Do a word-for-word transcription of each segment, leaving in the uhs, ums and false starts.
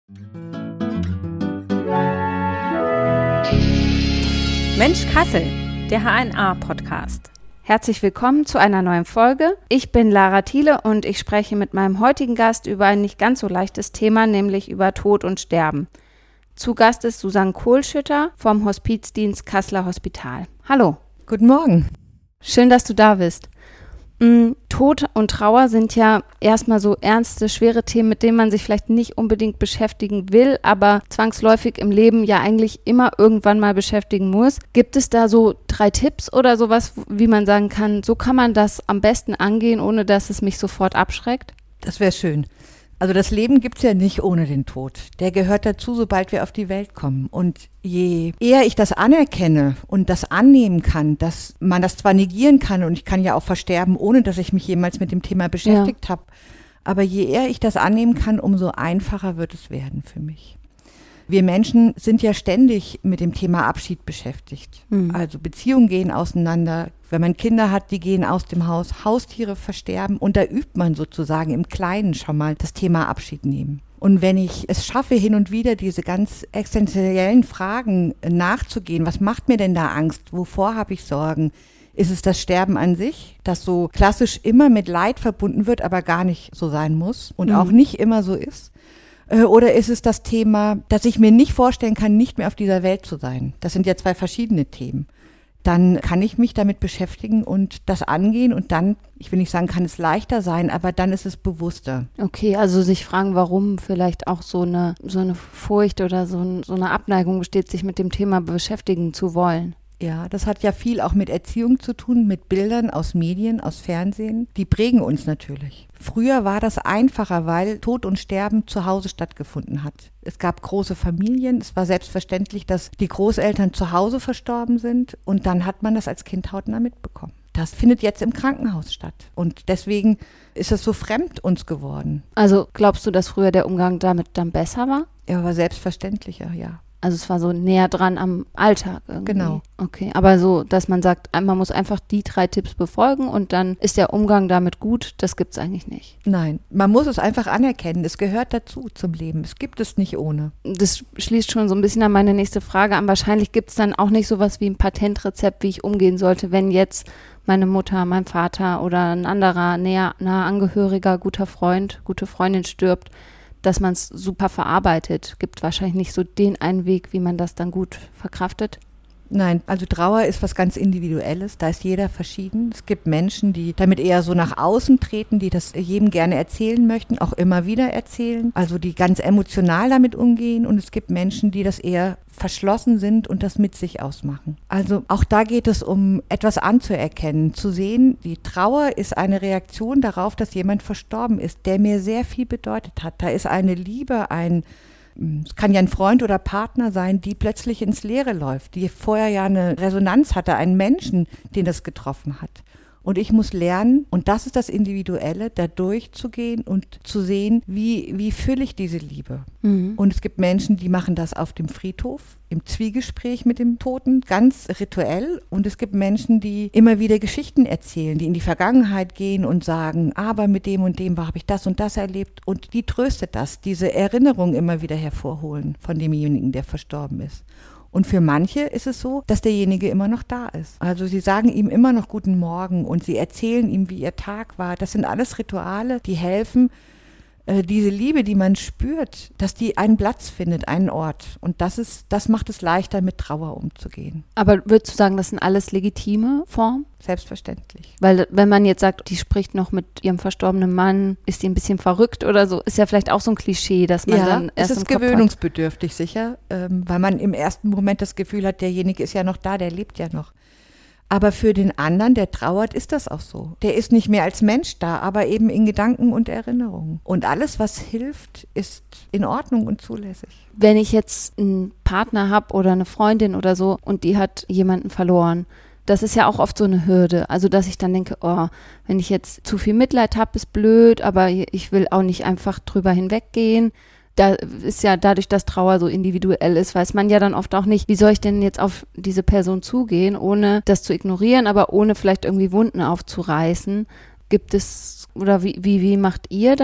Mensch Kassel, der H N A-Podcast. Herzlich willkommen zu einer neuen Folge. Ich bin Lara Thiele und ich spreche mit meinem heutigen Gast über ein nicht ganz so leichtes Thema, nämlich über Tod und Sterben. Zu Gast ist Susanne Kohlschütter vom Hospizdienst Kasseler Hospital. Hallo. Guten Morgen. Schön, dass du da bist. Mhm, Tod und Trauer sind ja erstmal so ernste, schwere Themen, mit denen man sich vielleicht nicht unbedingt beschäftigen will, aber zwangsläufig im Leben ja eigentlich immer irgendwann mal beschäftigen muss. Gibt es da so drei Tipps oder sowas, wie man sagen kann, so kann man das am besten angehen, ohne dass es mich sofort abschreckt? Das wäre schön. Also das Leben gibt es ja nicht ohne den Tod. Der gehört dazu, sobald wir auf die Welt kommen. Und je eher ich das anerkenne und das annehmen kann, dass man das zwar negieren kann und ich kann ja auch versterben, ohne dass ich mich jemals mit dem Thema beschäftigt ja. habe, aber je eher ich das annehmen kann, umso einfacher wird es werden für mich. Wir Menschen sind ja ständig mit dem Thema Abschied beschäftigt. Mhm. Also Beziehungen gehen auseinander. Wenn man Kinder hat, die gehen aus dem Haus. Haustiere versterben. Und da übt man sozusagen im Kleinen schon mal das Thema Abschied nehmen. Und wenn ich es schaffe, hin und wieder diese ganz existenziellen Fragen nachzugehen, was macht mir denn da Angst? Wovor habe ich Sorgen? Ist es das Sterben an sich, das so klassisch immer mit Leid verbunden wird, aber gar nicht so sein muss und mhm. auch nicht immer so ist? Oder ist es das Thema, dass ich mir nicht vorstellen kann, nicht mehr auf dieser Welt zu sein? Das sind ja zwei verschiedene Themen. Dann kann ich mich damit beschäftigen und das angehen und dann, ich will nicht sagen, kann es leichter sein, aber dann ist es bewusster. Okay, also sich fragen, warum vielleicht auch so eine, so eine Furcht oder so, ein, so eine Abneigung besteht, sich mit dem Thema beschäftigen zu wollen. Ja, das hat ja viel auch mit Erziehung zu tun, mit Bildern aus Medien, aus Fernsehen. Die prägen uns natürlich. Früher war das einfacher, weil Tod und Sterben zu Hause stattgefunden hat. Es gab große Familien. Es war selbstverständlich, dass die Großeltern zu Hause verstorben sind. Und dann hat man das als Kind hautnah mitbekommen. Das findet jetzt im Krankenhaus statt. Und deswegen ist es so fremd uns geworden. Also glaubst du, dass früher der Umgang damit dann besser war? Er war selbstverständlicher, ja. Also es war so näher dran am Alltag irgendwie. Genau. Okay, aber so, dass man sagt, man muss einfach die drei Tipps befolgen und dann ist der Umgang damit gut, das gibt es eigentlich nicht. Nein, man muss es einfach anerkennen. Es gehört dazu zum Leben. Es gibt es nicht ohne. Das schließt schon so ein bisschen an meine nächste Frage an. Wahrscheinlich gibt es dann auch nicht sowas wie ein Patentrezept, wie ich umgehen sollte, wenn jetzt meine Mutter, mein Vater oder ein anderer näher, naher Angehöriger, guter Freund, gute Freundin stirbt, dass man es super verarbeitet. Gibt wahrscheinlich nicht so den einen Weg, wie man das dann gut verkraftet. Nein, also Trauer ist was ganz Individuelles, da ist jeder verschieden. Es gibt Menschen, die damit eher so nach außen treten, die das jedem gerne erzählen möchten, auch immer wieder erzählen, also die ganz emotional damit umgehen und es gibt Menschen, die das eher verschlossen sind und das mit sich ausmachen. Also auch da geht es um etwas anzuerkennen, zu sehen, die Trauer ist eine Reaktion darauf, dass jemand verstorben ist, der mir sehr viel bedeutet hat. Da ist eine Liebe, ein Es kann ja ein Freund oder Partner sein, die plötzlich ins Leere läuft, die vorher ja eine Resonanz hatte, einen Menschen, den das getroffen hat. Und ich muss lernen, und das ist das Individuelle, da durchzugehen und zu sehen, wie, wie fülle ich diese Liebe. Mhm. Und es gibt Menschen, die machen das auf dem Friedhof, im Zwiegespräch mit dem Toten, ganz rituell. Und es gibt Menschen, die immer wieder Geschichten erzählen, die in die Vergangenheit gehen und sagen, aber mit dem und dem habe ich das und das erlebt. Und die tröstet das, diese Erinnerung immer wieder hervorholen von demjenigen, der verstorben ist. Und für manche ist es so, dass derjenige immer noch da ist. Also sie sagen ihm immer noch guten Morgen und sie erzählen ihm, wie ihr Tag war. Das sind alles Rituale, die helfen, äh, diese Liebe, die man spürt, dass die einen Platz findet, einen Ort. Und das ist, das macht es leichter, mit Trauer umzugehen. Aber würdest du sagen, das sind alles legitime Formen? Selbstverständlich. Weil wenn man jetzt sagt, die spricht noch mit ihrem verstorbenen Mann, ist die ein bisschen verrückt oder so, ist ja vielleicht auch so ein Klischee, dass man ja, dann erst es ist gewöhnungsbedürftig sicher, ähm, weil man im ersten Moment das Gefühl hat, derjenige ist ja noch da, der lebt ja noch. Aber für den anderen, der trauert, ist das auch so. Der ist nicht mehr als Mensch da, aber eben in Gedanken und Erinnerungen. Und alles, was hilft, ist in Ordnung und zulässig. Wenn ich jetzt einen Partner habe oder eine Freundin oder so und die hat jemanden verloren, das ist ja auch oft so eine Hürde. Also, dass ich dann denke, oh, wenn ich jetzt zu viel Mitleid habe, ist blöd, aber ich will auch nicht einfach drüber hinweggehen. Da ist ja dadurch, dass Trauer so individuell ist, weiß man ja dann oft auch nicht, wie soll ich denn jetzt auf diese Person zugehen, ohne das zu ignorieren, aber ohne vielleicht irgendwie Wunden aufzureißen. Gibt es, oder wie, wie, wie macht ihr das?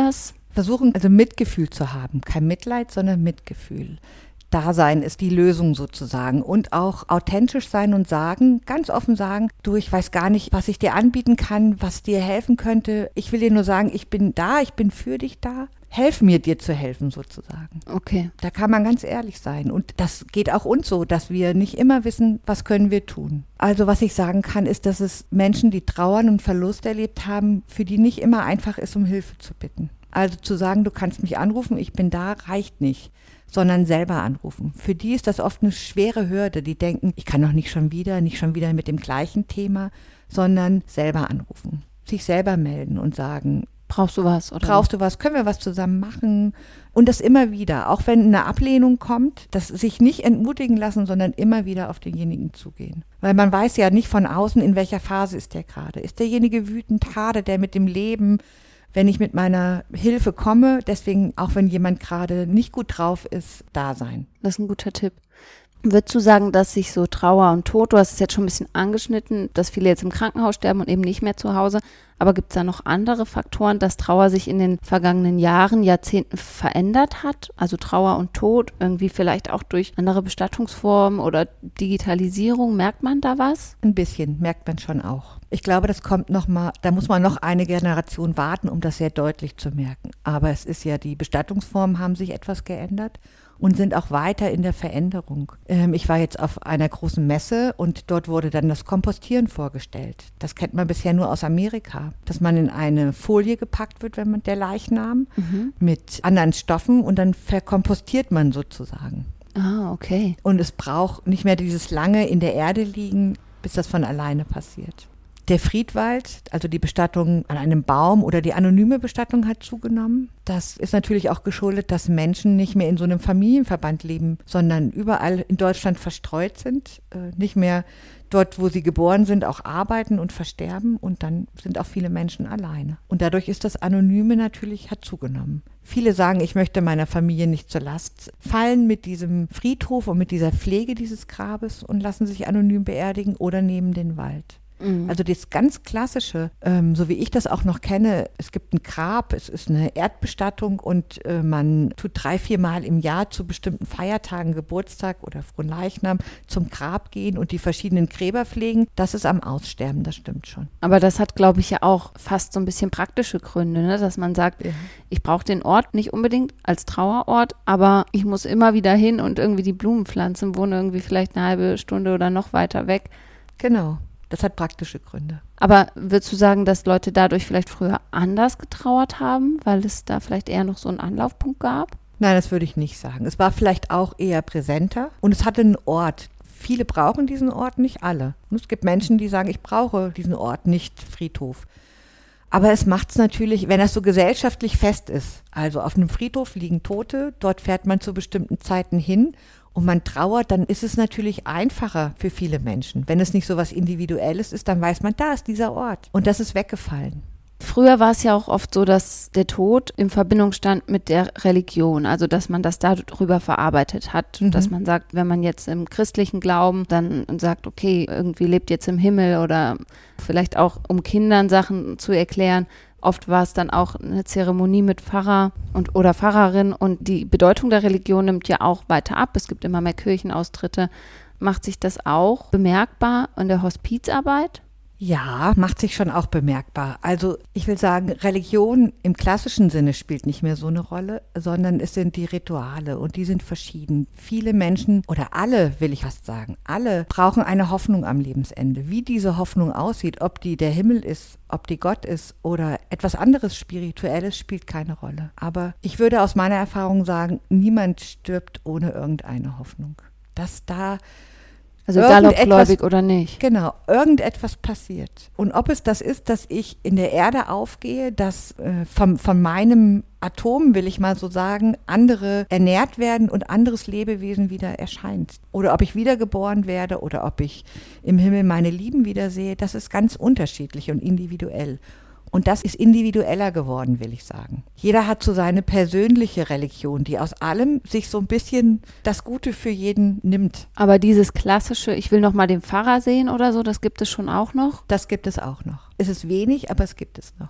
Versuchen also Mitgefühl zu haben. Kein Mitleid, sondern Mitgefühl. Dasein ist die Lösung sozusagen und auch authentisch sein und sagen, ganz offen sagen, du, ich weiß gar nicht, was ich dir anbieten kann, was dir helfen könnte. Ich will dir nur sagen, ich bin da, ich bin für dich da. Helf mir, dir zu helfen sozusagen. Okay. Da kann man ganz ehrlich sein und das geht auch uns so, dass wir nicht immer wissen, was können wir tun. Also was ich sagen kann, ist, dass es Menschen, die trauern und Verlust erlebt haben, für die nicht immer einfach ist, um Hilfe zu bitten. Also zu sagen, du kannst mich anrufen, ich bin da, reicht nicht, sondern selber anrufen. Für die ist das oft eine schwere Hürde. Die denken, ich kann doch nicht schon wieder, nicht schon wieder mit dem gleichen Thema, sondern selber anrufen. Sich selber melden und sagen, brauchst du was? Oder brauchst du was? Können wir was zusammen machen? Und das immer wieder, auch wenn eine Ablehnung kommt, das sich nicht entmutigen lassen, sondern immer wieder auf denjenigen zugehen. Weil man weiß ja nicht von außen, in welcher Phase ist der gerade. Ist derjenige wütend, hadert der mit dem Leben, wenn ich mit meiner Hilfe komme? Deswegen, auch wenn jemand gerade nicht gut drauf ist, da sein. Das ist ein guter Tipp. Würdest du sagen, dass sich so Trauer und Tod, du hast es jetzt schon ein bisschen angeschnitten, dass viele jetzt im Krankenhaus sterben und eben nicht mehr zu Hause, aber gibt es da noch andere Faktoren, dass Trauer sich in den vergangenen Jahren, Jahrzehnten verändert hat? Also Trauer und Tod, irgendwie vielleicht auch durch andere Bestattungsformen oder Digitalisierung, merkt man da was? Ein bisschen, merkt man schon auch. Ich glaube, das kommt noch mal, da muss man noch eine Generation warten, um das sehr deutlich zu merken. Aber es ist ja, die Bestattungsformen haben sich etwas geändert und sind auch weiter in der Veränderung. Ähm, ich war jetzt auf einer großen Messe und dort wurde dann das Kompostieren vorgestellt. Das kennt man bisher nur aus Amerika, dass man in eine Folie gepackt wird, wenn man der Leichnam, mhm. mit anderen Stoffen und dann verkompostiert man sozusagen. Ah, okay. Und es braucht nicht mehr dieses lange in der Erde liegen, bis das von alleine passiert. Der Friedwald, also die Bestattung an einem Baum oder die anonyme Bestattung hat zugenommen. Das ist natürlich auch geschuldet, dass Menschen nicht mehr in so einem Familienverband leben, sondern überall in Deutschland verstreut sind, äh, nicht mehr dort, wo sie geboren sind, auch arbeiten und versterben und dann sind auch viele Menschen alleine. Und dadurch ist das Anonyme natürlich, hat zugenommen. Viele sagen, ich möchte meiner Familie nicht zur Last fallen mit diesem Friedhof und mit dieser Pflege dieses Grabes und lassen sich anonym beerdigen oder nehmen den Wald. Also das ganz Klassische, ähm, so wie ich das auch noch kenne, es gibt ein Grab, es ist eine Erdbestattung und äh, man tut drei, vier Mal im Jahr zu bestimmten Feiertagen, Geburtstag oder Fronleichnam zum Grab gehen und die verschiedenen Gräber pflegen. Das ist am Aussterben, das stimmt schon. Aber das hat, glaube ich, ja auch fast so ein bisschen praktische Gründe, ne? Dass man sagt, ja. Ich brauche den Ort nicht unbedingt als Trauerort, aber ich muss immer wieder hin und irgendwie die Blumen pflanzen, wohne irgendwie vielleicht eine halbe Stunde oder noch weiter weg. Genau. Das hat praktische Gründe. Aber würdest du sagen, dass Leute dadurch vielleicht früher anders getrauert haben, weil es da vielleicht eher noch so einen Anlaufpunkt gab? Nein, das würde ich nicht sagen. Es war vielleicht auch eher präsenter und es hatte einen Ort. Viele brauchen diesen Ort, nicht alle. Und es gibt Menschen, die sagen, ich brauche diesen Ort, nicht Friedhof. Aber es macht es natürlich, wenn das so gesellschaftlich fest ist. Also auf einem Friedhof liegen Tote, dort fährt man zu bestimmten Zeiten hin und man trauert, dann ist es natürlich einfacher für viele Menschen. Wenn es nicht so was Individuelles ist, dann weiß man, da ist dieser Ort. Und das ist weggefallen. Früher war es ja auch oft so, dass der Tod in Verbindung stand mit der Religion, also dass man das darüber verarbeitet hat, mhm. dass man sagt, wenn man jetzt im christlichen Glauben dann sagt, okay, irgendwie lebt jetzt im Himmel oder vielleicht auch um Kindern Sachen zu erklären. Oft war es dann auch eine Zeremonie mit Pfarrer und oder Pfarrerin und die Bedeutung der Religion nimmt ja auch weiter ab. Es gibt immer mehr Kirchenaustritte. Macht sich das auch bemerkbar in der Hospizarbeit? Ja, macht sich schon auch bemerkbar. Also ich will sagen, Religion im klassischen Sinne spielt nicht mehr so eine Rolle, sondern es sind die Rituale und die sind verschieden. Viele Menschen oder alle, will ich fast sagen, alle brauchen eine Hoffnung am Lebensende. Wie diese Hoffnung aussieht, ob die der Himmel ist, ob die Gott ist oder etwas anderes Spirituelles, spielt keine Rolle. Aber ich würde aus meiner Erfahrung sagen, niemand stirbt ohne irgendeine Hoffnung. Dass da Also egal ob gläubig oder nicht. Genau, irgendetwas passiert. Und ob es das ist, dass ich in der Erde aufgehe, dass äh, vom, von meinem Atom, will ich mal so sagen, andere ernährt werden und anderes Lebewesen wieder erscheint. Oder ob ich wiedergeboren werde oder ob ich im Himmel meine Lieben wiedersehe, das ist ganz unterschiedlich und individuell. Und das ist individueller geworden, will ich sagen. Jeder hat so seine persönliche Religion, die aus allem sich so ein bisschen das Gute für jeden nimmt. Aber dieses klassische, ich will noch mal den Pfarrer sehen oder so, das gibt es schon auch noch? Das gibt es auch noch. Es ist wenig, aber es gibt es noch.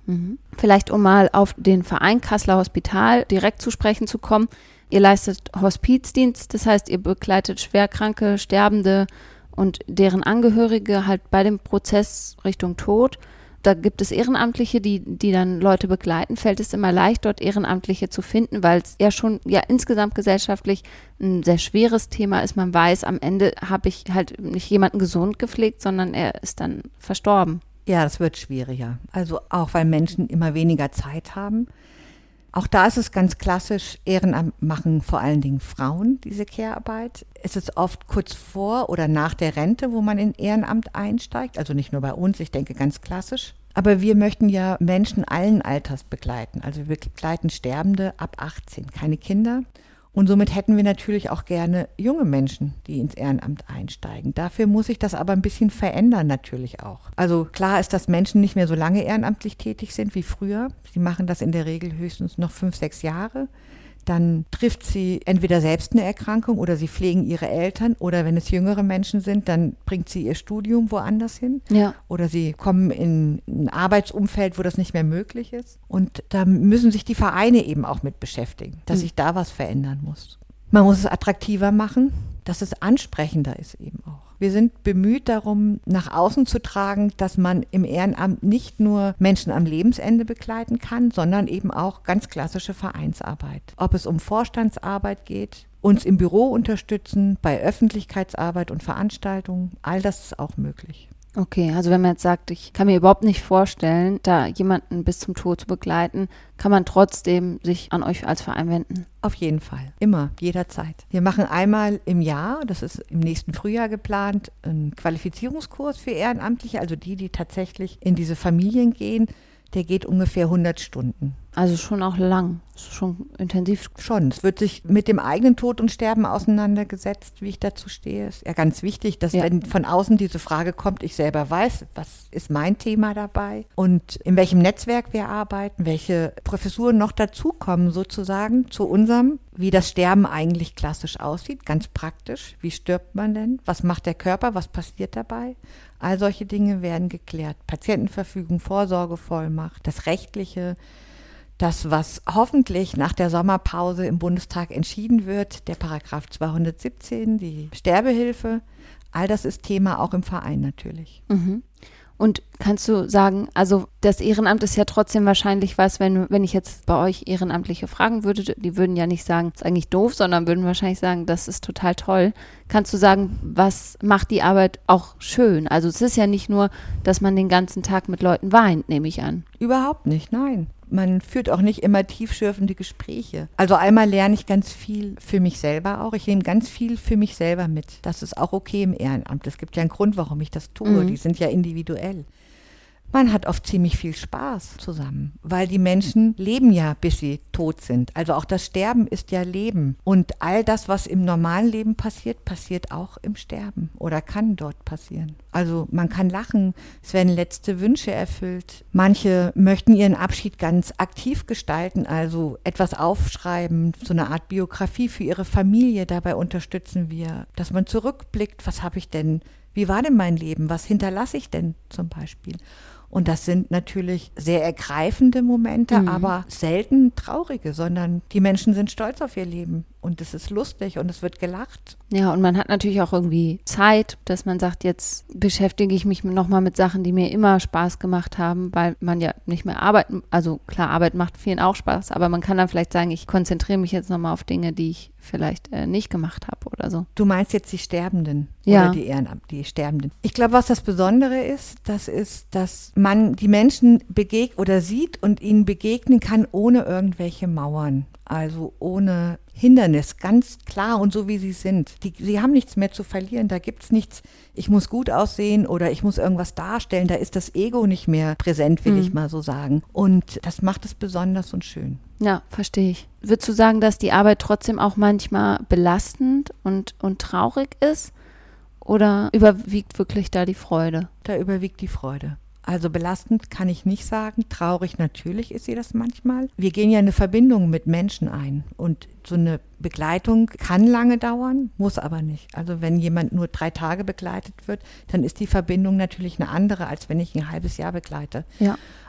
Mhm. Vielleicht um mal auf den Verein Kasseler Hospital direkt zu sprechen zu kommen. Ihr leistet Hospizdienst, das heißt, ihr begleitet Schwerkranke, Sterbende und deren Angehörige halt bei dem Prozess Richtung Tod. Da gibt es Ehrenamtliche, die, die dann Leute begleiten. Fällt es immer leicht, dort Ehrenamtliche zu finden, weil es ja schon ja insgesamt gesellschaftlich ein sehr schweres Thema ist. Man weiß, am Ende habe ich halt nicht jemanden gesund gepflegt, sondern er ist dann verstorben. Ja, das wird schwieriger. Also auch, weil Menschen immer weniger Zeit haben. Auch da ist es ganz klassisch, Ehrenamt machen vor allen Dingen Frauen diese Care-Arbeit. Es ist oft kurz vor oder nach der Rente, wo man in Ehrenamt einsteigt. Also nicht nur bei uns, ich denke ganz klassisch. Aber wir möchten ja Menschen allen Alters begleiten. Also wir begleiten Sterbende ab achtzehn, keine Kinder. Und somit hätten wir natürlich auch gerne junge Menschen, die ins Ehrenamt einsteigen. Dafür muss sich das aber ein bisschen verändern natürlich auch. Also klar ist, dass Menschen nicht mehr so lange ehrenamtlich tätig sind wie früher. Sie machen das in der Regel höchstens noch fünf, sechs Jahre. Dann trifft sie entweder selbst eine Erkrankung oder sie pflegen ihre Eltern. Oder wenn es jüngere Menschen sind, dann bringt sie ihr Studium woanders hin. Ja. Oder sie kommen in ein Arbeitsumfeld, wo das nicht mehr möglich ist. Und da müssen sich die Vereine eben auch mit beschäftigen, dass sich da was verändern muss. Man muss es attraktiver machen, dass es ansprechender ist eben auch. Wir sind bemüht darum, nach außen zu tragen, dass man im Ehrenamt nicht nur Menschen am Lebensende begleiten kann, sondern eben auch ganz klassische Vereinsarbeit. Ob es um Vorstandsarbeit geht, uns im Büro unterstützen, bei Öffentlichkeitsarbeit und Veranstaltungen, all das ist auch möglich. Okay, also wenn man jetzt sagt, ich kann mir überhaupt nicht vorstellen, da jemanden bis zum Tod zu begleiten, kann man trotzdem sich an euch als Verein wenden? Auf jeden Fall, immer, jederzeit. Wir machen einmal im Jahr, das ist im nächsten Frühjahr geplant, einen Qualifizierungskurs für Ehrenamtliche, also die, die tatsächlich in diese Familien gehen. Der geht ungefähr hundert Stunden. Also schon auch lang, schon intensiv. Schon, es wird sich mit dem eigenen Tod und Sterben auseinandergesetzt, wie ich dazu stehe. Ist ja ganz wichtig, dass ja. wenn von außen diese Frage kommt, ich selber weiß, was ist mein Thema dabei und in welchem Netzwerk wir arbeiten, welche Professuren noch dazukommen sozusagen zu unserem, wie das Sterben eigentlich klassisch aussieht, ganz praktisch. Wie stirbt man denn? Was macht der Körper? Was passiert dabei? All solche Dinge werden geklärt. Patientenverfügung, Vorsorgevollmacht, das Rechtliche, das, was hoffentlich nach der Sommerpause im Bundestag entschieden wird, der Paragraph zweihundertsiebzehn, die Sterbehilfe, all das ist Thema auch im Verein natürlich. Mhm. Und kannst du sagen, also das Ehrenamt ist ja trotzdem wahrscheinlich was, wenn, wenn ich jetzt bei euch Ehrenamtliche fragen würde, die würden ja nicht sagen, das ist eigentlich doof, sondern würden wahrscheinlich sagen, das ist total toll. Kannst du sagen, was macht die Arbeit auch schön? Also es ist ja nicht nur, dass man den ganzen Tag mit Leuten weint, nehme ich an. Überhaupt nicht, nein. Man führt auch nicht immer tiefschürfende Gespräche. Also einmal lerne ich ganz viel für mich selber auch. Ich nehme ganz viel für mich selber mit. Das ist auch okay im Ehrenamt. Es gibt ja einen Grund, warum ich das tue. Mhm. Die sind ja individuell. Man hat oft ziemlich viel Spaß zusammen, weil die Menschen leben ja, bis sie tot sind. Also auch das Sterben ist ja Leben. Und all das, was im normalen Leben passiert, passiert auch im Sterben oder kann dort passieren. Also man kann lachen, es werden letzte Wünsche erfüllt. Manche möchten ihren Abschied ganz aktiv gestalten, also etwas aufschreiben, so eine Art Biografie für ihre Familie. Dabei unterstützen wir, dass man zurückblickt, was habe ich denn, wie war denn mein Leben, was hinterlasse ich denn zum Beispiel? Und das sind natürlich sehr ergreifende Momente, mhm. aber selten traurige, sondern die Menschen sind stolz auf ihr Leben und es ist lustig und es wird gelacht. Ja, und man hat natürlich auch irgendwie Zeit, dass man sagt, jetzt beschäftige ich mich nochmal mit Sachen, die mir immer Spaß gemacht haben, weil man ja nicht mehr arbeiten, also klar, Arbeit macht vielen auch Spaß, aber man kann dann vielleicht sagen, ich konzentriere mich jetzt nochmal auf Dinge, die ich vielleicht äh, nicht gemacht habe oder so. Du meinst jetzt die Sterbenden ja. oder die Ehrenamt, die Sterbenden. Ich glaube, was das Besondere ist, das ist, dass man die Menschen begegnet oder sieht und ihnen begegnen kann ohne irgendwelche Mauern. Also ohne Hindernis, ganz klar und so wie sie sind. Die, sie haben nichts mehr zu verlieren, da gibt es nichts, ich muss gut aussehen oder ich muss irgendwas darstellen, da ist das Ego nicht mehr präsent, will mhm. ich mal so sagen. Und das macht es besonders und schön. Ja, verstehe ich. Würdest du sagen, dass die Arbeit trotzdem auch manchmal belastend und, und traurig ist? Oder überwiegt wirklich da die Freude? Da überwiegt die Freude. Also belastend kann ich nicht sagen, traurig natürlich ist sie das manchmal. Wir gehen ja eine Verbindung mit Menschen ein und so eine Begleitung kann lange dauern, muss aber nicht. Also wenn jemand nur drei Tage begleitet wird, dann ist die Verbindung natürlich eine andere, als wenn ich ein halbes Jahr begleite. Ja.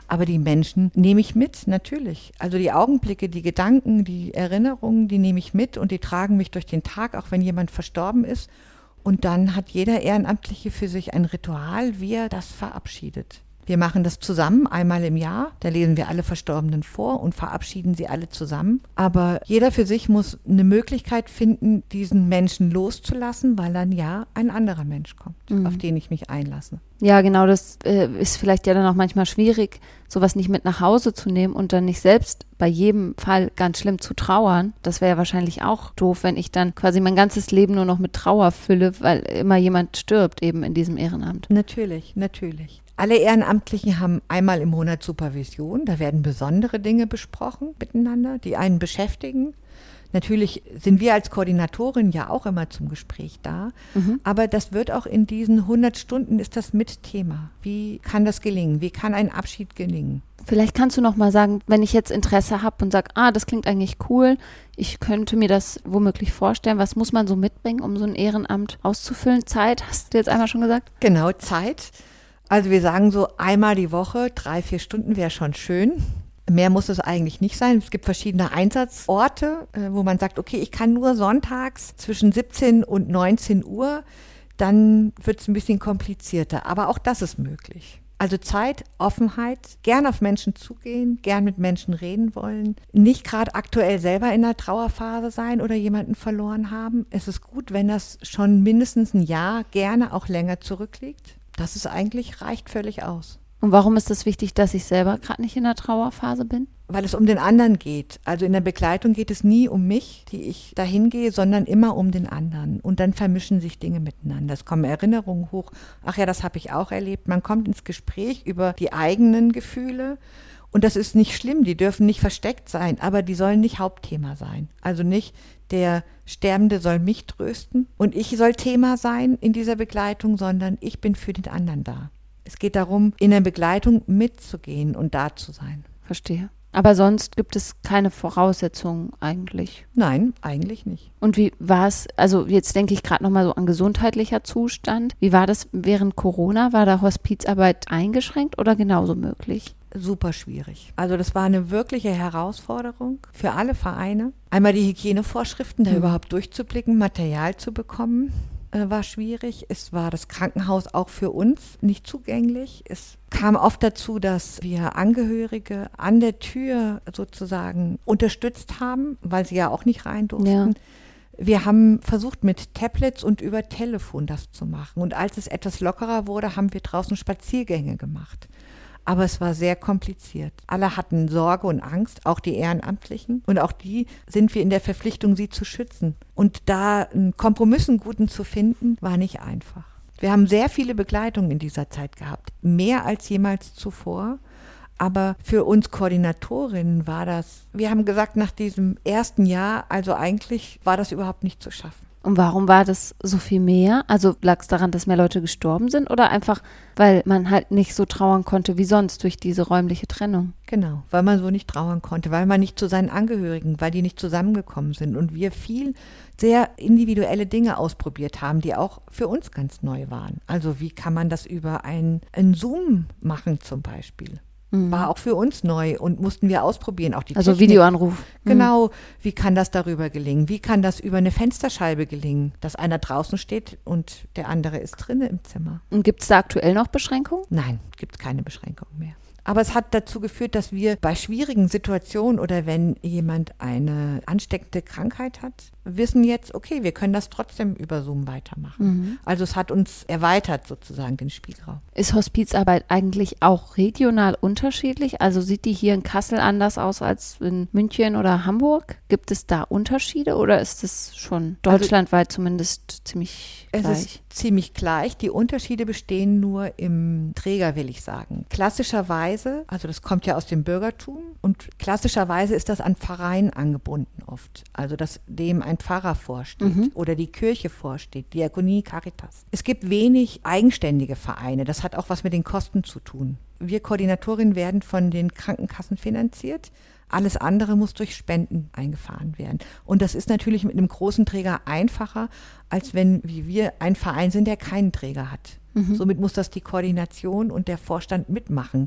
Aber die Menschen nehme ich mit, natürlich. Also die Augenblicke, die Gedanken, die Erinnerungen, die nehme ich mit und die tragen mich durch den Tag, auch wenn jemand verstorben ist. Und dann hat jeder Ehrenamtliche für sich ein Ritual, wie er das verabschiedet. Wir machen das zusammen einmal im Jahr. Da lesen wir alle Verstorbenen vor und verabschieden sie alle zusammen. Aber jeder für sich muss eine Möglichkeit finden, diesen Menschen loszulassen, weil dann ja ein anderer Mensch kommt, mhm. auf den ich mich einlasse. Ja, genau, das äh, ist vielleicht ja dann auch manchmal schwierig, sowas nicht mit nach Hause zu nehmen und dann nicht selbst bei jedem Fall ganz schlimm zu trauern. Das wäre ja wahrscheinlich auch doof, wenn ich dann quasi mein ganzes Leben nur noch mit Trauer fülle, weil immer jemand stirbt eben in diesem Ehrenamt. Natürlich, natürlich. Alle Ehrenamtlichen haben einmal im Monat Supervision. Da werden besondere Dinge besprochen miteinander, die einen beschäftigen. Natürlich sind wir als Koordinatorin ja auch immer zum Gespräch da. Mhm. Aber das wird auch in diesen hundert Stunden ist das mit Thema. Wie kann das gelingen? Wie kann ein Abschied gelingen? Vielleicht kannst du noch mal sagen, wenn ich jetzt Interesse habe und sage, ah, das klingt eigentlich cool, ich könnte mir das womöglich vorstellen, was muss man so mitbringen, um so ein Ehrenamt auszufüllen? Zeit, hast du jetzt einmal schon gesagt? Genau, Zeit. Also wir sagen so einmal die Woche, drei, vier Stunden wäre schon schön. Mehr muss es eigentlich nicht sein. Es gibt verschiedene Einsatzorte, wo man sagt, okay, ich kann nur sonntags zwischen siebzehn und neunzehn Uhr, dann wird es ein bisschen komplizierter. Aber auch das ist möglich. Also Zeit, Offenheit, gern auf Menschen zugehen, gern mit Menschen reden wollen, nicht gerade aktuell selber in einer Trauerphase sein oder jemanden verloren haben. Es ist gut, wenn das schon mindestens ein Jahr, gerne auch länger zurückliegt. Das ist eigentlich, reicht völlig aus. Und warum ist es wichtig, dass ich selber gerade nicht in der Trauerphase bin? Weil es um den anderen geht. Also in der Begleitung geht es nie um mich, die ich dahin gehe, sondern immer um den anderen. Und dann vermischen sich Dinge miteinander. Es kommen Erinnerungen hoch. Ach ja, das habe ich auch erlebt. Man kommt ins Gespräch über die eigenen Gefühle. Und das ist nicht schlimm, die dürfen nicht versteckt sein, aber die sollen nicht Hauptthema sein. Also nicht der Sterbende soll mich trösten und ich soll Thema sein in dieser Begleitung, sondern ich bin für den anderen da. Es geht darum, in der Begleitung mitzugehen und da zu sein. Verstehe. Aber sonst gibt es keine Voraussetzungen eigentlich? Nein, eigentlich nicht. Und wie war es, also jetzt denke ich gerade nochmal so an gesundheitlicher Zustand. Wie war das während Corona? War da Hospizarbeit eingeschränkt oder genauso möglich? Super schwierig. Also das war eine wirkliche Herausforderung für alle Vereine. Einmal die Hygienevorschriften, da mhm. überhaupt durchzublicken, Material zu bekommen, äh, war schwierig. Es war das Krankenhaus auch für uns nicht zugänglich. Es kam oft dazu, dass wir Angehörige an der Tür sozusagen unterstützt haben, weil sie ja auch nicht rein durften. Ja. Wir haben versucht, mit Tablets und über Telefon das zu machen. Und als es etwas lockerer wurde, haben wir draußen Spaziergänge gemacht. Aber es war sehr kompliziert. Alle hatten Sorge und Angst, auch die Ehrenamtlichen. Und auch die sind wir in der Verpflichtung, sie zu schützen. Und da einen Kompromiss, einen guten zu finden, war nicht einfach. Wir haben sehr viele Begleitungen in dieser Zeit gehabt, mehr als jemals zuvor. Aber für uns Koordinatorinnen war das, wir haben gesagt, nach diesem ersten Jahr, also eigentlich war das überhaupt nicht zu schaffen. Und warum war das so viel mehr? Also lag es daran, dass mehr Leute gestorben sind oder einfach, weil man halt nicht so trauern konnte wie sonst durch diese räumliche Trennung? Genau, weil man so nicht trauern konnte, weil man nicht zu seinen Angehörigen, weil die nicht zusammengekommen sind und wir viel sehr individuelle Dinge ausprobiert haben, die auch für uns ganz neu waren. Also wie kann man das über ein, ein Zoom machen zum Beispiel? War auch für uns neu und mussten wir ausprobieren. Auch die also Technik. Videoanruf. Genau. Wie kann das darüber gelingen? Wie kann das über eine Fensterscheibe gelingen, dass einer draußen steht und der andere ist drinnen im Zimmer? Und gibt es da aktuell noch Beschränkungen? Nein, gibt es keine Beschränkungen mehr. Aber es hat dazu geführt, dass wir bei schwierigen Situationen oder wenn jemand eine ansteckende Krankheit hat, wissen jetzt, okay, wir können das trotzdem über Zoom weitermachen. Mhm. Also es hat uns erweitert sozusagen den Spielraum. Ist Hospizarbeit eigentlich auch regional unterschiedlich? Also sieht die hier in Kassel anders aus als in München oder Hamburg? Gibt es da Unterschiede oder ist es schon deutschlandweit also, zumindest ziemlich gleich? Es ist ziemlich gleich. Die Unterschiede bestehen nur im Träger, will ich sagen. Klassischerweise, also das kommt ja aus dem Bürgertum und klassischerweise ist das an Pfarreien angebunden oft. Also dass dem ein Pfarrer vorsteht mhm. oder die Kirche vorsteht, Diakonie, Caritas. Es gibt wenig eigenständige Vereine. Das hat auch was mit den Kosten zu tun. Wir Koordinatorinnen werden von den Krankenkassen finanziert. Alles andere muss durch Spenden eingefahren werden. Und das ist natürlich mit einem großen Träger einfacher, als wenn, wie wir, ein Verein sind, der keinen Träger hat. Mhm. Somit muss das die Koordination und der Vorstand mitmachen,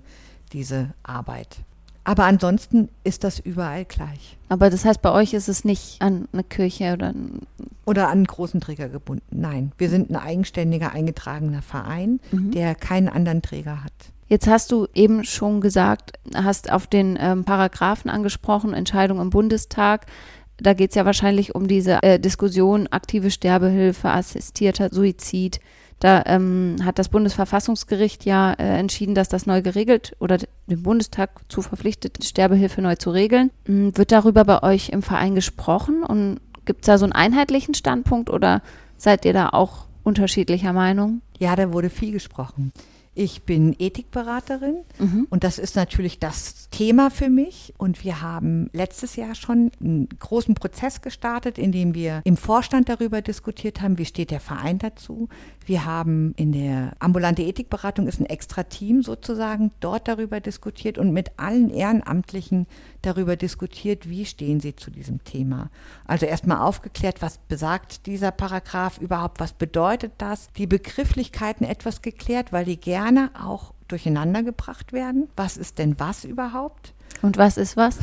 diese Arbeit. Aber ansonsten ist das überall gleich. Aber das heißt, bei euch ist es nicht an eine Kirche oder ein Oder an einen großen Träger gebunden. Nein, wir sind ein eigenständiger, eingetragener Verein, Mhm. der keinen anderen Träger hat. Jetzt hast du eben schon gesagt, hast auf den ähm, Paragraphen angesprochen, Entscheidung im Bundestag. Da geht es ja wahrscheinlich um diese äh, Diskussion aktive Sterbehilfe, assistierter Suizid. Da ähm, hat das Bundesverfassungsgericht ja äh, entschieden, dass das neu geregelt oder den Bundestag zu verpflichtet, Sterbehilfe neu zu regeln. Ähm, wird darüber bei euch im Verein gesprochen und gibt es da so einen einheitlichen Standpunkt oder seid ihr da auch unterschiedlicher Meinung? Ja, da wurde viel gesprochen. Ich bin Ethikberaterin Mhm. und das ist natürlich das Thema für mich. Und wir haben letztes Jahr schon einen großen Prozess gestartet, in dem wir im Vorstand darüber diskutiert haben, wie steht der Verein dazu. Wir haben in der ambulante Ethikberatung ist ein extra Team sozusagen dort darüber diskutiert und mit allen Ehrenamtlichen darüber diskutiert, wie stehen sie zu diesem Thema. Also erstmal aufgeklärt, was besagt dieser Paragraph überhaupt, was bedeutet das? Die Begrifflichkeiten etwas geklärt, weil die gerne auch durcheinander gebracht werden. Was ist denn was überhaupt? Und was ist was?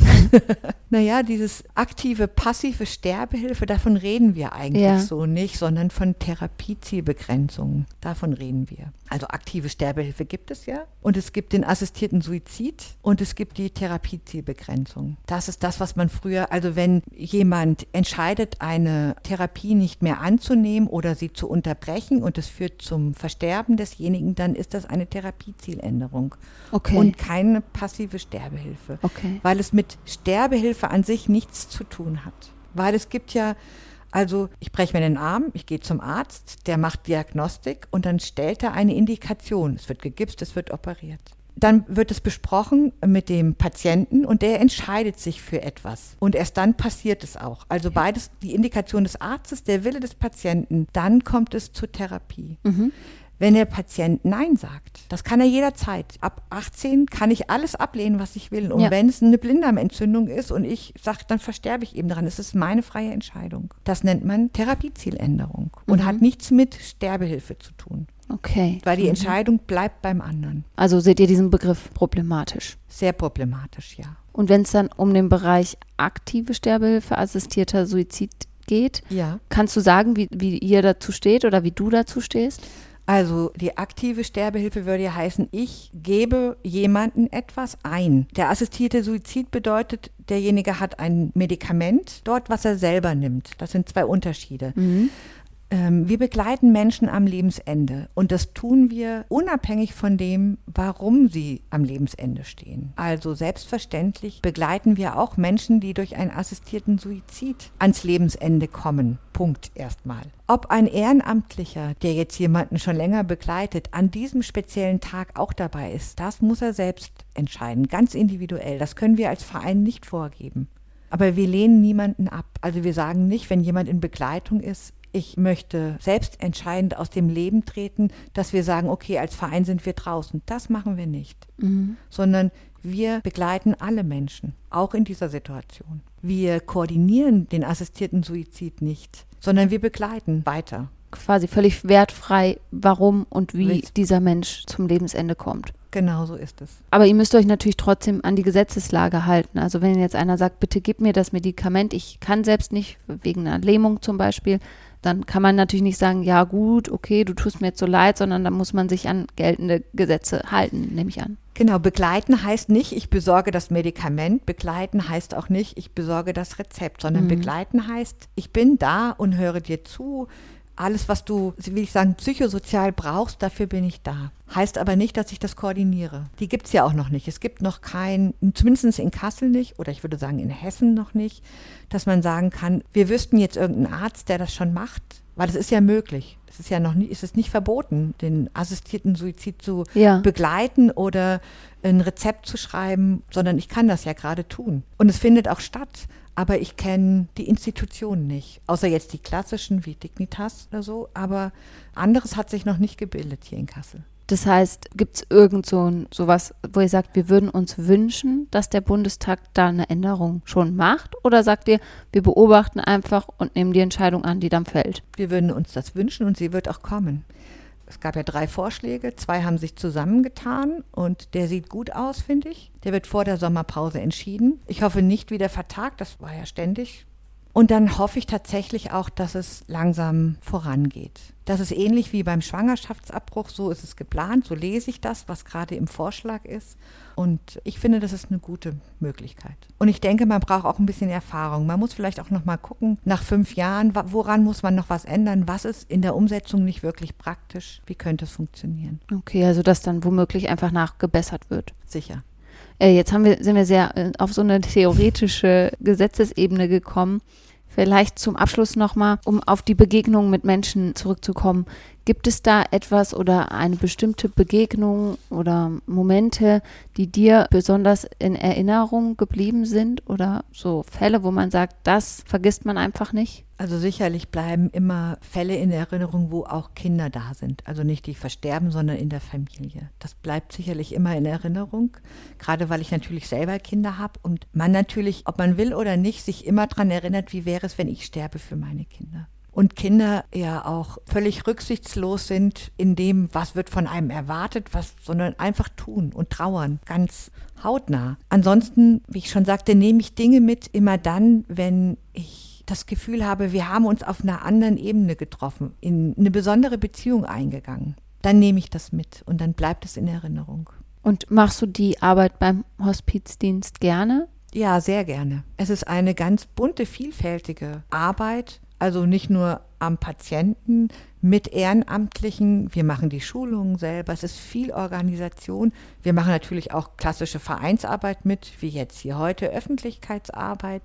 Naja, dieses aktive, passive Sterbehilfe, davon reden wir eigentlich Ja. so nicht, sondern von Therapiezielbegrenzungen. Davon reden wir. Also aktive Sterbehilfe gibt es ja und es gibt den assistierten Suizid und es gibt die Therapiezielbegrenzung. Das ist das, was man früher, also wenn jemand entscheidet, eine Therapie nicht mehr anzunehmen oder sie zu unterbrechen und es führt zum Versterben desjenigen, dann ist das eine Therapiezieländerung Okay. und keine passive Sterbehilfe. Okay. Weil es mit Sterbehilfe an sich nichts zu tun hat. Weil es gibt ja, also ich breche mir den Arm, ich gehe zum Arzt, der macht Diagnostik und dann stellt er eine Indikation. Es wird gegipst, es wird operiert. Dann wird es besprochen mit dem Patienten und der entscheidet sich für etwas. Und erst dann passiert es auch. Also beides, die Indikation des Arztes, der Wille des Patienten, dann kommt es zur Therapie. Mhm. Wenn der Patient Nein sagt, das kann er jederzeit. Ab achtzehn kann ich alles ablehnen, was ich will. Und Ja. wenn es eine Blinddarmentzündung ist und ich sage, dann versterbe ich eben daran. Es ist meine freie Entscheidung. Das nennt man Therapiezieländerung und Mhm. hat nichts mit Sterbehilfe zu tun. Okay. Weil die Mhm. Entscheidung bleibt beim anderen. Also seht ihr diesen Begriff problematisch? Sehr problematisch, ja. Und wenn es dann um den Bereich aktive Sterbehilfe, assistierter Suizid geht, Ja. kannst du sagen, wie, wie ihr dazu steht oder wie du dazu stehst? Also die aktive Sterbehilfe würde ja heißen, ich gebe jemanden etwas ein. Der assistierte Suizid bedeutet, derjenige hat ein Medikament dort, was er selber nimmt. Das sind zwei Unterschiede. Mhm. Ähm, wir begleiten Menschen am Lebensende und das tun wir unabhängig von dem, warum sie am Lebensende stehen. Also selbstverständlich begleiten wir auch Menschen, die durch einen assistierten Suizid ans Lebensende kommen. Punkt erstmal. Ob ein Ehrenamtlicher, der jetzt jemanden schon länger begleitet, an diesem speziellen Tag auch dabei ist, das muss er selbst entscheiden, ganz individuell. Das können wir als Verein nicht vorgeben. Aber wir lehnen niemanden ab. Also wir sagen nicht, wenn jemand in Begleitung ist, ich möchte selbst entscheidend aus dem Leben treten, dass wir sagen, okay, als Verein sind wir draußen. Das machen wir nicht. Mhm. Sondern wir begleiten alle Menschen, auch in dieser Situation. Wir koordinieren den assistierten Suizid nicht, sondern wir begleiten weiter. Quasi völlig wertfrei, warum und wie Richtig. dieser Mensch zum Lebensende kommt. Genau so ist es. Aber ihr müsst euch natürlich trotzdem an die Gesetzeslage halten. Also wenn jetzt einer sagt, bitte gib mir das Medikament, ich kann selbst nicht, wegen einer Lähmung zum Beispiel, dann kann man natürlich nicht sagen, ja gut, okay, du tust mir jetzt so leid, sondern da muss man sich an geltende Gesetze halten, nehme ich an. Genau, begleiten heißt nicht, ich besorge das Medikament, begleiten heißt auch nicht, ich besorge das Rezept, sondern Mhm. begleiten heißt, ich bin da und höre dir zu. Alles, was du, wie ich sagen, psychosozial brauchst, dafür bin ich da. Heißt aber nicht, dass ich das koordiniere. Die gibt es ja auch noch nicht. Es gibt noch kein, zumindest in Kassel nicht, oder ich würde sagen in Hessen noch nicht, dass man sagen kann, wir wüssten jetzt irgendeinen Arzt, der das schon macht, weil das ist ja möglich. Es ist ja noch nie, es ist nicht verboten, den assistierten Suizid zu Ja. begleiten oder ein Rezept zu schreiben, sondern ich kann das ja gerade tun. Und es findet auch statt. Aber ich kenne die Institutionen nicht, außer jetzt die klassischen wie Dignitas oder so, aber anderes hat sich noch nicht gebildet hier in Kassel. Das heißt, gibt es irgend so ein, sowas, wo ihr sagt, wir würden uns wünschen, dass der Bundestag da eine Änderung schon macht? Oder sagt ihr, wir beobachten einfach und nehmen die Entscheidung an, die dann fällt? Wir würden uns das wünschen und sie wird auch kommen. Es gab ja drei Vorschläge, zwei haben sich zusammengetan und der sieht gut aus, finde ich. Der wird vor der Sommerpause entschieden. Ich hoffe nicht wieder vertagt, das war ja ständig. Und dann hoffe ich tatsächlich auch, dass es langsam vorangeht. Das ist ähnlich wie beim Schwangerschaftsabbruch, so ist es geplant, so lese ich das, was gerade im Vorschlag ist. Und ich finde, das ist eine gute Möglichkeit. Und ich denke, man braucht auch ein bisschen Erfahrung. Man muss vielleicht auch noch mal gucken, nach fünf Jahren, woran muss man noch was ändern? Was ist in der Umsetzung nicht wirklich praktisch? Wie könnte es funktionieren? Okay, also dass dann womöglich einfach nachgebessert wird. Sicher. Äh, jetzt haben wir, sind wir sehr äh, auf so eine theoretische Gesetzesebene gekommen. Vielleicht zum Abschluss nochmal, um auf die Begegnung mit Menschen zurückzukommen. Gibt es da etwas oder eine bestimmte Begegnung oder Momente, die dir besonders in Erinnerung geblieben sind oder so Fälle, wo man sagt, das vergisst man einfach nicht? Also sicherlich bleiben immer Fälle in Erinnerung, wo auch Kinder da sind. Also nicht die versterben, sondern in der Familie. Das bleibt sicherlich immer in Erinnerung, gerade weil ich natürlich selber Kinder habe und man natürlich, ob man will oder nicht, sich immer daran erinnert, wie wäre es, wenn ich sterbe für meine Kinder. Und Kinder ja auch völlig rücksichtslos sind in dem, was wird von einem erwartet, was, sondern einfach tun und trauern, ganz hautnah. Ansonsten, wie ich schon sagte, nehme ich Dinge mit, immer dann, wenn ich das Gefühl habe, wir haben uns auf einer anderen Ebene getroffen, in eine besondere Beziehung eingegangen. Dann nehme ich das mit und dann bleibt es in Erinnerung. Und machst du die Arbeit beim Hospizdienst gerne? Ja, sehr gerne. Es ist eine ganz bunte, vielfältige Arbeit. Also nicht nur am Patienten, mit Ehrenamtlichen. Wir machen die Schulungen selber. Es ist viel Organisation. Wir machen natürlich auch klassische Vereinsarbeit mit, wie jetzt hier heute Öffentlichkeitsarbeit.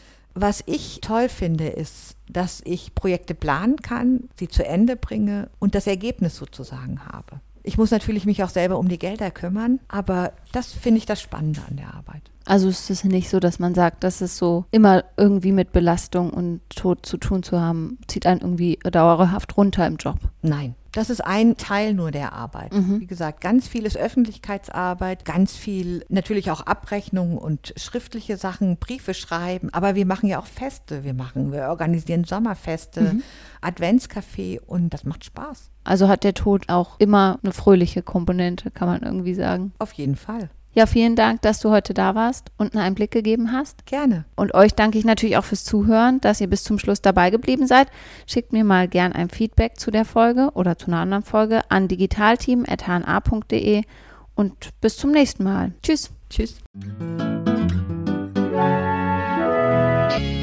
Was ich toll finde, ist, dass ich Projekte planen kann, sie zu Ende bringe und das Ergebnis sozusagen habe. Ich muss natürlich mich auch selber um die Gelder kümmern, aber das finde ich das Spannende an der Arbeit. Also ist es nicht so, dass man sagt, dass es so immer irgendwie mit Belastung und Tod zu tun zu haben, zieht einen irgendwie dauerhaft runter im Job? Nein, das ist ein Teil nur der Arbeit. Mhm. Wie gesagt, ganz vieles Öffentlichkeitsarbeit, ganz viel natürlich auch Abrechnungen und schriftliche Sachen, Briefe schreiben, aber wir machen ja auch Feste, wir machen, wir organisieren Sommerfeste, mhm. Adventscafé und das macht Spaß. Also hat der Tod auch immer eine fröhliche Komponente, kann man irgendwie sagen. Auf jeden Fall. Ja, vielen Dank, dass du heute da warst und einen Einblick gegeben hast. Gerne. Und euch danke ich natürlich auch fürs Zuhören, dass ihr bis zum Schluss dabei geblieben seid. Schickt mir mal gern ein Feedback zu der Folge oder zu einer anderen Folge an digitalteam at h n a punkt d e und bis zum nächsten Mal. Tschüss. Tschüss.